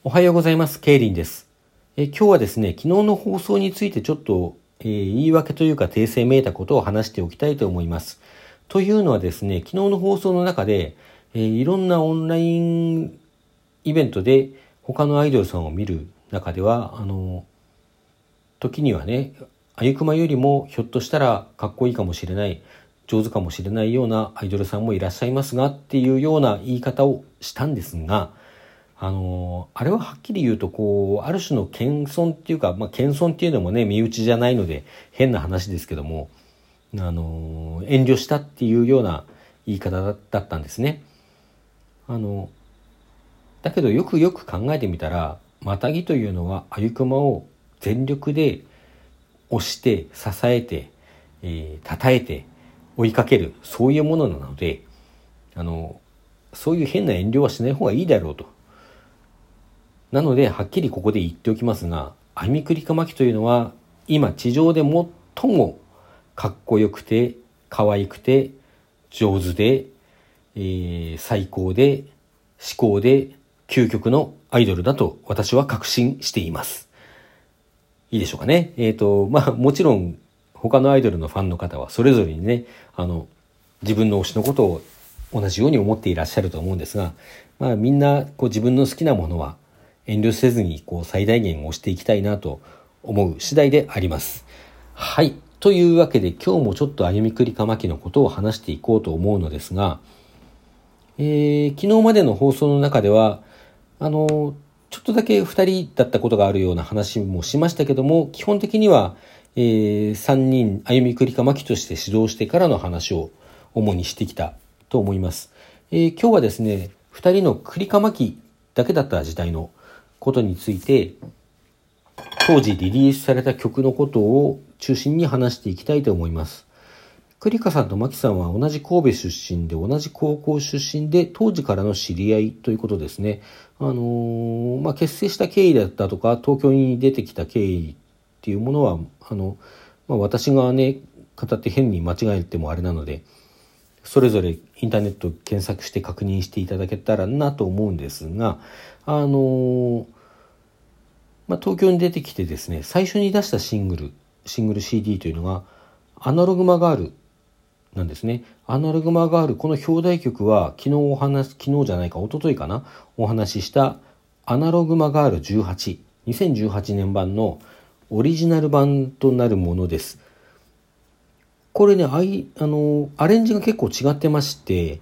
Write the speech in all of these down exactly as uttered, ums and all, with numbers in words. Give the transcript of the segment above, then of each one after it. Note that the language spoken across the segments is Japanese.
おはようございます。ケイリンです。え今日はですね、昨日の放送についてちょっと、えー言い訳というか訂正めいたことを話しておきたいと思います。というのはですね、昨日の放送の中で、えーいろんなオンラインイベントで他のアイドルさんを見る中では、あの、時にはね、あゆくまよりもひょっとしたらかっこいいかもしれない、上手かもしれないようなアイドルさんもいらっしゃいますがっていうような言い方をしたんですが、あのあれははっきり言うとこうある種の謙遜っていうか、まあ、謙遜っていうのもね身内じゃないので変な話ですけども、あの遠慮したっていうような言い方だったんですね。あのだけどよくよく考えてみたら、マタギというのはあゆくまを全力で押して支えて、えー、叩いて追いかける、そういうものなので、あのそういう変な遠慮はしない方がいいだろうと。なので、はっきりここで言っておきますが、あゆみくりかまきというのは、今地上で最もかっこよくて、可愛くて、上手で、えー、最高で、至高で、究極のアイドルだと私は確信しています。いいでしょうかね。えっと、まあ、もちろん、他のアイドルのファンの方は、それぞれにね、あの、自分の推しのことを同じように思っていらっしゃると思うんですが、まあ、みんな、こう自分の好きなものは、遠慮せずにこう最大限押していきたいなと思う次第であります。はい。というわけで今日もちょっとあゆみくりかまきのことを話していこうと思うのですが、えー、昨日までの放送の中では、あの、ちょっとだけふたりだったことがあるような話もしましたけども、基本的には、えー、さんにんあゆみくりかまきとして指導してからの話を主にしてきたと思います。えー、今日はですね、ふたりのくりかまきだけだった時代のことについて、当時リリースされた曲のことを中心に話していきたいと思います。クリカさんとマキさんは同じ神戸出身で、同じ高校出身で、当時からの知り合いということですね。あのー、まあ、結成した経緯だったとか、東京に出てきた経緯っていうものは、あの、まあ、私がね、語って変に間違えてもあれなので、それぞれインターネット検索して確認していただけたらなと思うんですが、あのー、まあ、東京に出てきてですね、最初に出したシングル、シングル シーディー というのが、アナログマガールなんですね。アナログマガール、この表題曲は、昨日お話、昨日じゃないか、一昨日かな、お話ししたアナログマガールじゅうはち、にせんじゅうはちねん版のオリジナル版となるものです。これね、あい、あの、アレンジが結構違ってまして、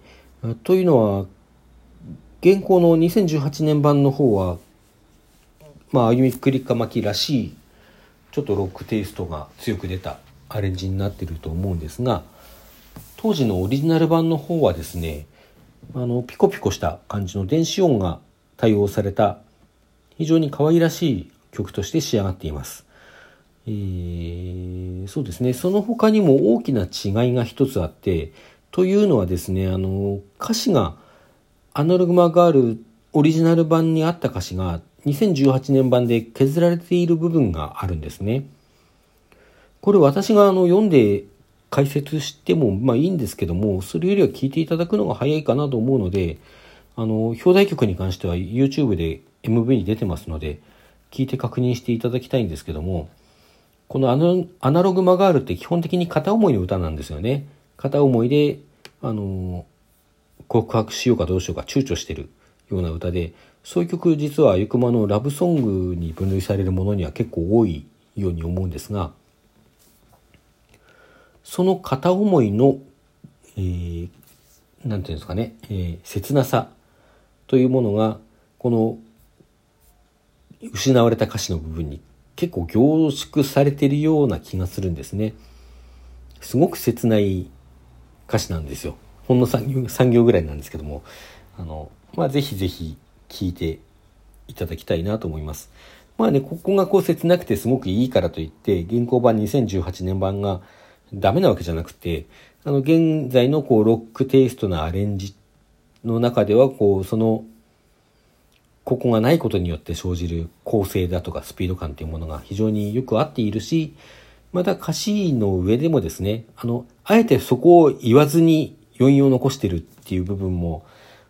というのは、現行のにせんじゅうはちねん版の方は、まあ、あゆみくりかまきらしい、ちょっとロックテイストが強く出たアレンジになっていると思うんですが、当時のオリジナル版の方はですね、あの、ピコピコした感じの電子音が対応された、非常に可愛らしい曲として仕上がっています。えー、そうですね、その他にも大きな違いが一つあって、というのはですね、あの、歌詞が、アナログマガールオリジナル版にあった歌詞が、にせんじゅうはちねん版で削られている部分があるんですね。これ私があの読んで解説してもまあいいんですけども、それよりは聞いていただくのが早いかなと思うので、あの表題曲に関しては YouTube で エムブイ に出てますので、聞いて確認していただきたいんですけども、このアナ、アナログマガールって基本的に片思いの歌なんですよね。片思いであの告白しようかどうしようか躊躇してるような歌で、そういう曲実はあゆくまのラブソングに分類されるものには結構多いように思うんですが、その片思いの、えー、なんていうんですかね、えー、切なさというものがこの失われた歌詞の部分に結構凝縮されているような気がするんですね。すごく切ない歌詞なんですよ。ほんのさん行、さん行ぐらいなんですけども、あの、まあ、ぜひぜひ聞いていただきたいなと思います。まあね、ここがこう切なくてすごくいいからといって、現行版にせんじゅうはちねん版がダメなわけじゃなくて、あの、現在のこう、ロックテイストなアレンジの中では、こう、その、ここがないことによって生じる構成だとかスピード感というものが非常によく合っているし、また歌詞の上でもですね、あの、あえてそこを言わずに余韻を残してるっていう部分も、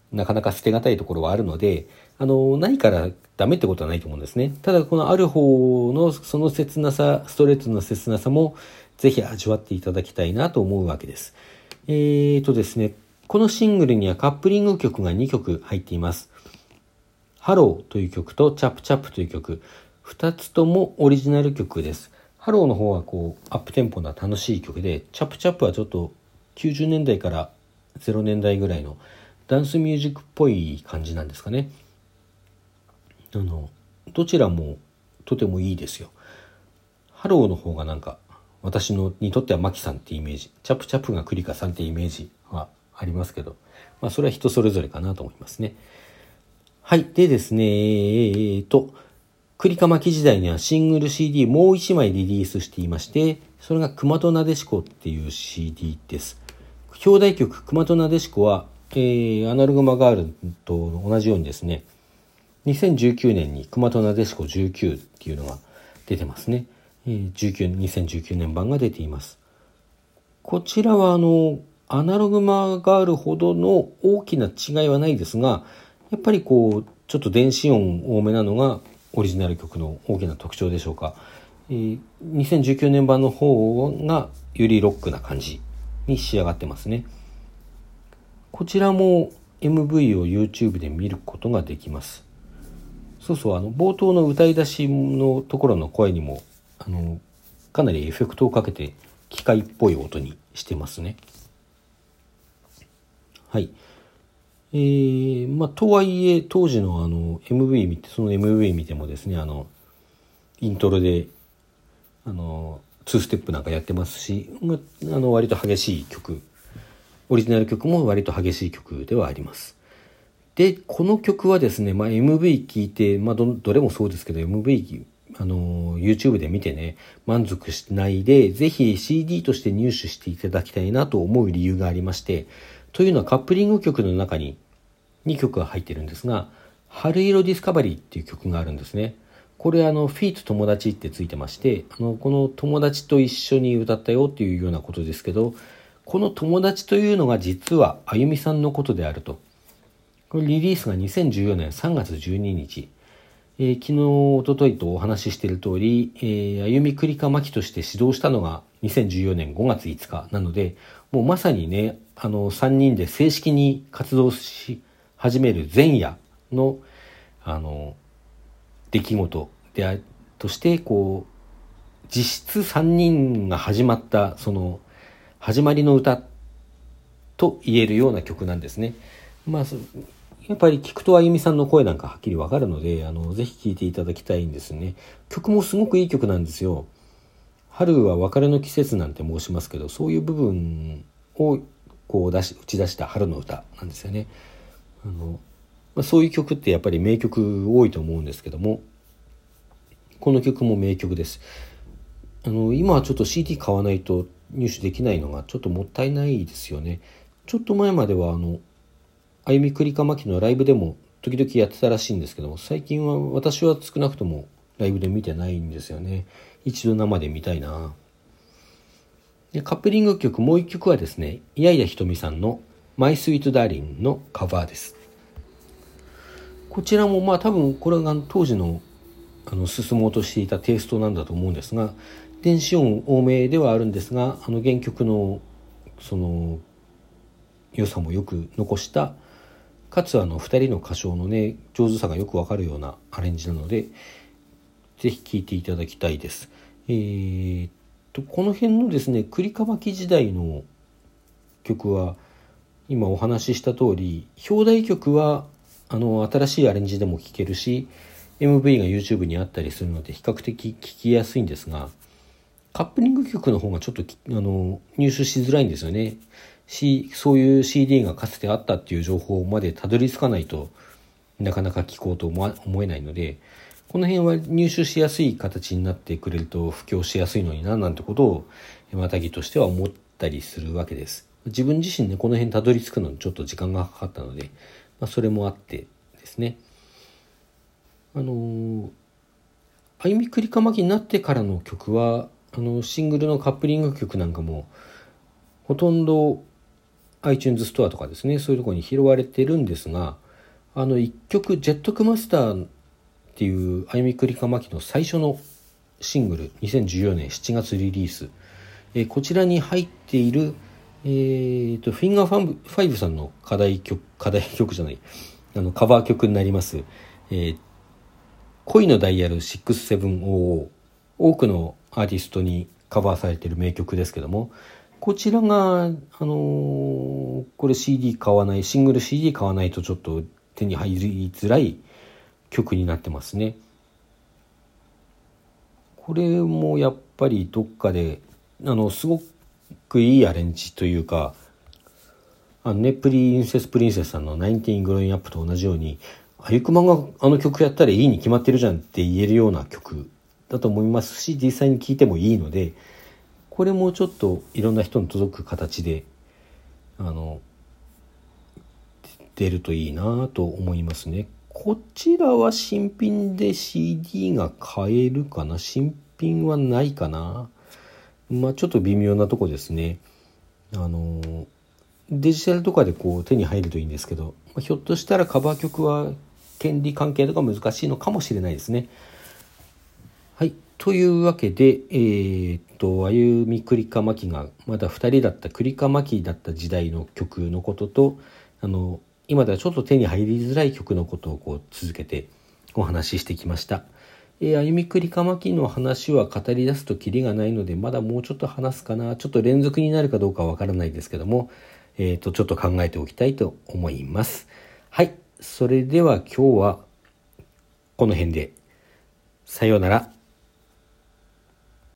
なかなか捨てがたいところはあるので、あの、ないからダメってことはないと思うんですね。ただ、このある方のその切なさ、ストレートの切なさも、ぜひ味わっていただきたいなと思うわけです。えーとですね、このシングルにはカップリング曲がにきょく入っています。ハローという曲とチャップチャップという曲、ふたつともオリジナル曲です。ハローの方はこうアップテンポな楽しい曲で、チャップチャップはちょっときゅうじゅうねんだいからゼロねんだいぐらいのダンスミュージックっぽい感じなんですかね。あのどちらもとてもいいですよ。ハローの方がなんか私のにとってはマキさんってイメージ、チャップチャップがクリカさんってイメージはありますけど、まあそれは人それぞれかなと思いますね。はい。でですね、えーと、クリカマキ時代にはシングル シーディー もういちまいリリースしていまして、それが熊となでしこっていう シーディー です。表題曲熊となでしこは、えー、アナログマガールと同じようにですね、にせんじゅうきゅうねんに熊となでしこじゅうきゅうっていうのが出てますね。えー、じゅうきゅう、にせんじゅうきゅうねん版が出ています。こちらはあの、アナログマガールほどの大きな違いはないですが、やっぱりこうちょっと電子音多めなのがオリジナル曲の大きな特徴でしょうか。えー、にせんじゅうきゅうねん版の方がよりロックな感じに仕上がってますね。こちらも エムブイ を YouTube で見ることができます。そうそう、あの冒頭の歌い出しのところの声にもあのかなりエフェクトをかけて機械っぽい音にしてますね。はい。えー、まあ、とはいえ、当時のあの、エムブイ 見て、その エムブイ 見てもですね、あの、イントロで、あの、ツーステップなんかやってますし、まあ、あの、割と激しい曲、オリジナル曲も割と激しい曲ではあります。で、この曲はですね、まあ、エムブイ 聴いて、まあど、どれもそうですけど、エムブイ、あの、YouTube で見てね、満足しないで、ぜひ シーディー として入手していただきたいなと思う理由がありまして、というのはカップリング曲の中ににきょくが入ってるんですが、春色ディスカバリーっていう曲があるんですね。これあの、フィート友達ってついてまして、あの、この友達と一緒に歌ったよっていうようなことですけど、この友達というのが実はあゆみさんのことであると。これリリースがにせんじゅうよねんさんがつじゅうににち。えー、昨日、おとといとお話ししている通り、えー、あゆみくりかまきとして始動したのがにせんじゅうよねんごがついつかなので、もうまさにね、あの、さんにんで正式に活動し始める前夜の、あの、出来事であとして、こう、実質さんにんが始まった、その、始まりの歌と言えるような曲なんですね。まあ、やっぱり聞くとあゆみさんの声なんかはっきりわかるので、あの、ぜひ聴いていただきたいんですね。曲もすごくいい曲なんですよ。春は別れの季節なんて申しますけど、そういう部分をこう出し、打ち出した春の歌なんですよね。あの、まあ、そういう曲ってやっぱり名曲多いと思うんですけども、この曲も名曲です。あの、今はちょっと シーディー 買わないと入手できないのがちょっともったいないですよね。ちょっと前まではあの、あゆみくりかまきのライブでも時々やってたらしいんですけども、最近は私は少なくともライブで見てないんですよね。一度生で見たいな。でカップリング曲もう一曲はですね、いやいやひとみさんのマイスイートダーリンのカバーです。こちらもまあ多分これが当時のあの進もうとしていたテイストなんだと思うんですが、電子音多めではあるんですが、あの原曲のその良さもよく残した、かつあのふたりの歌唱のね上手さがよくわかるようなアレンジなので、ぜひ聴いていただきたいです。えー、っとこの辺のですね、クリカマキ時代の曲は今お話しした通り、表題曲はあの新しいアレンジでも聴けるし、 エムブイ が YouTube にあったりするので比較的聴きやすいんですが、カップリング曲の方がちょっとあの入手しづらいんですよね。し、そういう シーディー がかつてあったっていう情報までたどり着かないとなかなか聴こうと思えないので、この辺は入手しやすい形になってくれると布教しやすいのにな、なんてことをまたぎとしては思ったりするわけです。自分自身ね、この辺たどり着くのにちょっと時間がかかったので、まあ、それもあってですね、あのー、あゆみくりかまきになってからの曲は、あのシングルのカップリング曲なんかもほとんど iTunes ストアとかですね、そういうところに拾われてるんですが、あのいっきょくジェットクマスターっていうあゆみくりかまきの最初のシングル、にせんじゅうよねんしちがつリリース、えー、こちらに入っている、えー、とフィンガーファイブさんの課題曲課題曲じゃないあのカバー曲になります、えー、恋のダイヤルろくさんぜろぜろ、多くのアーティストにカバーされている名曲ですけども、こちらが、あのー、これ シーディー 買わない、シングル シーディー 買わないとちょっと手に入りづらい曲になってますね。これもやっぱりどっかで、あの、すごくいいアレンジというか、あのね、プリンセスプリンセスさんのナインティーングロインアップと同じように、あゆくまがあの曲やったらいいに決まってるじゃんって言えるような曲だと思いますし、実際に聴いてもいいので、これもちょっといろんな人に届く形であの出るといいなと思いますね。こちらは新品で シーディー が買えるかな、新品はないかな、まあちょっと微妙なとこですね。あのデジタルとかでこう手に入るといいんですけど、まあ、ひょっとしたらカバー曲は権利関係とか難しいのかもしれないですね。はい。というわけで、えー、っと、あゆみくりかまきがまだふたりだったくりかまきだった時代の曲のことと、あの、今ではちょっと手に入りづらい曲のことをこう続けてお話ししてきました。えー、あゆみくりかまきの話は語り出すとキリがないので、まだもうちょっと話すかな。ちょっと連続になるかどうかわからないですけども、えー、っと、ちょっと考えておきたいと思います。はい。それでは今日はこの辺で。さようなら。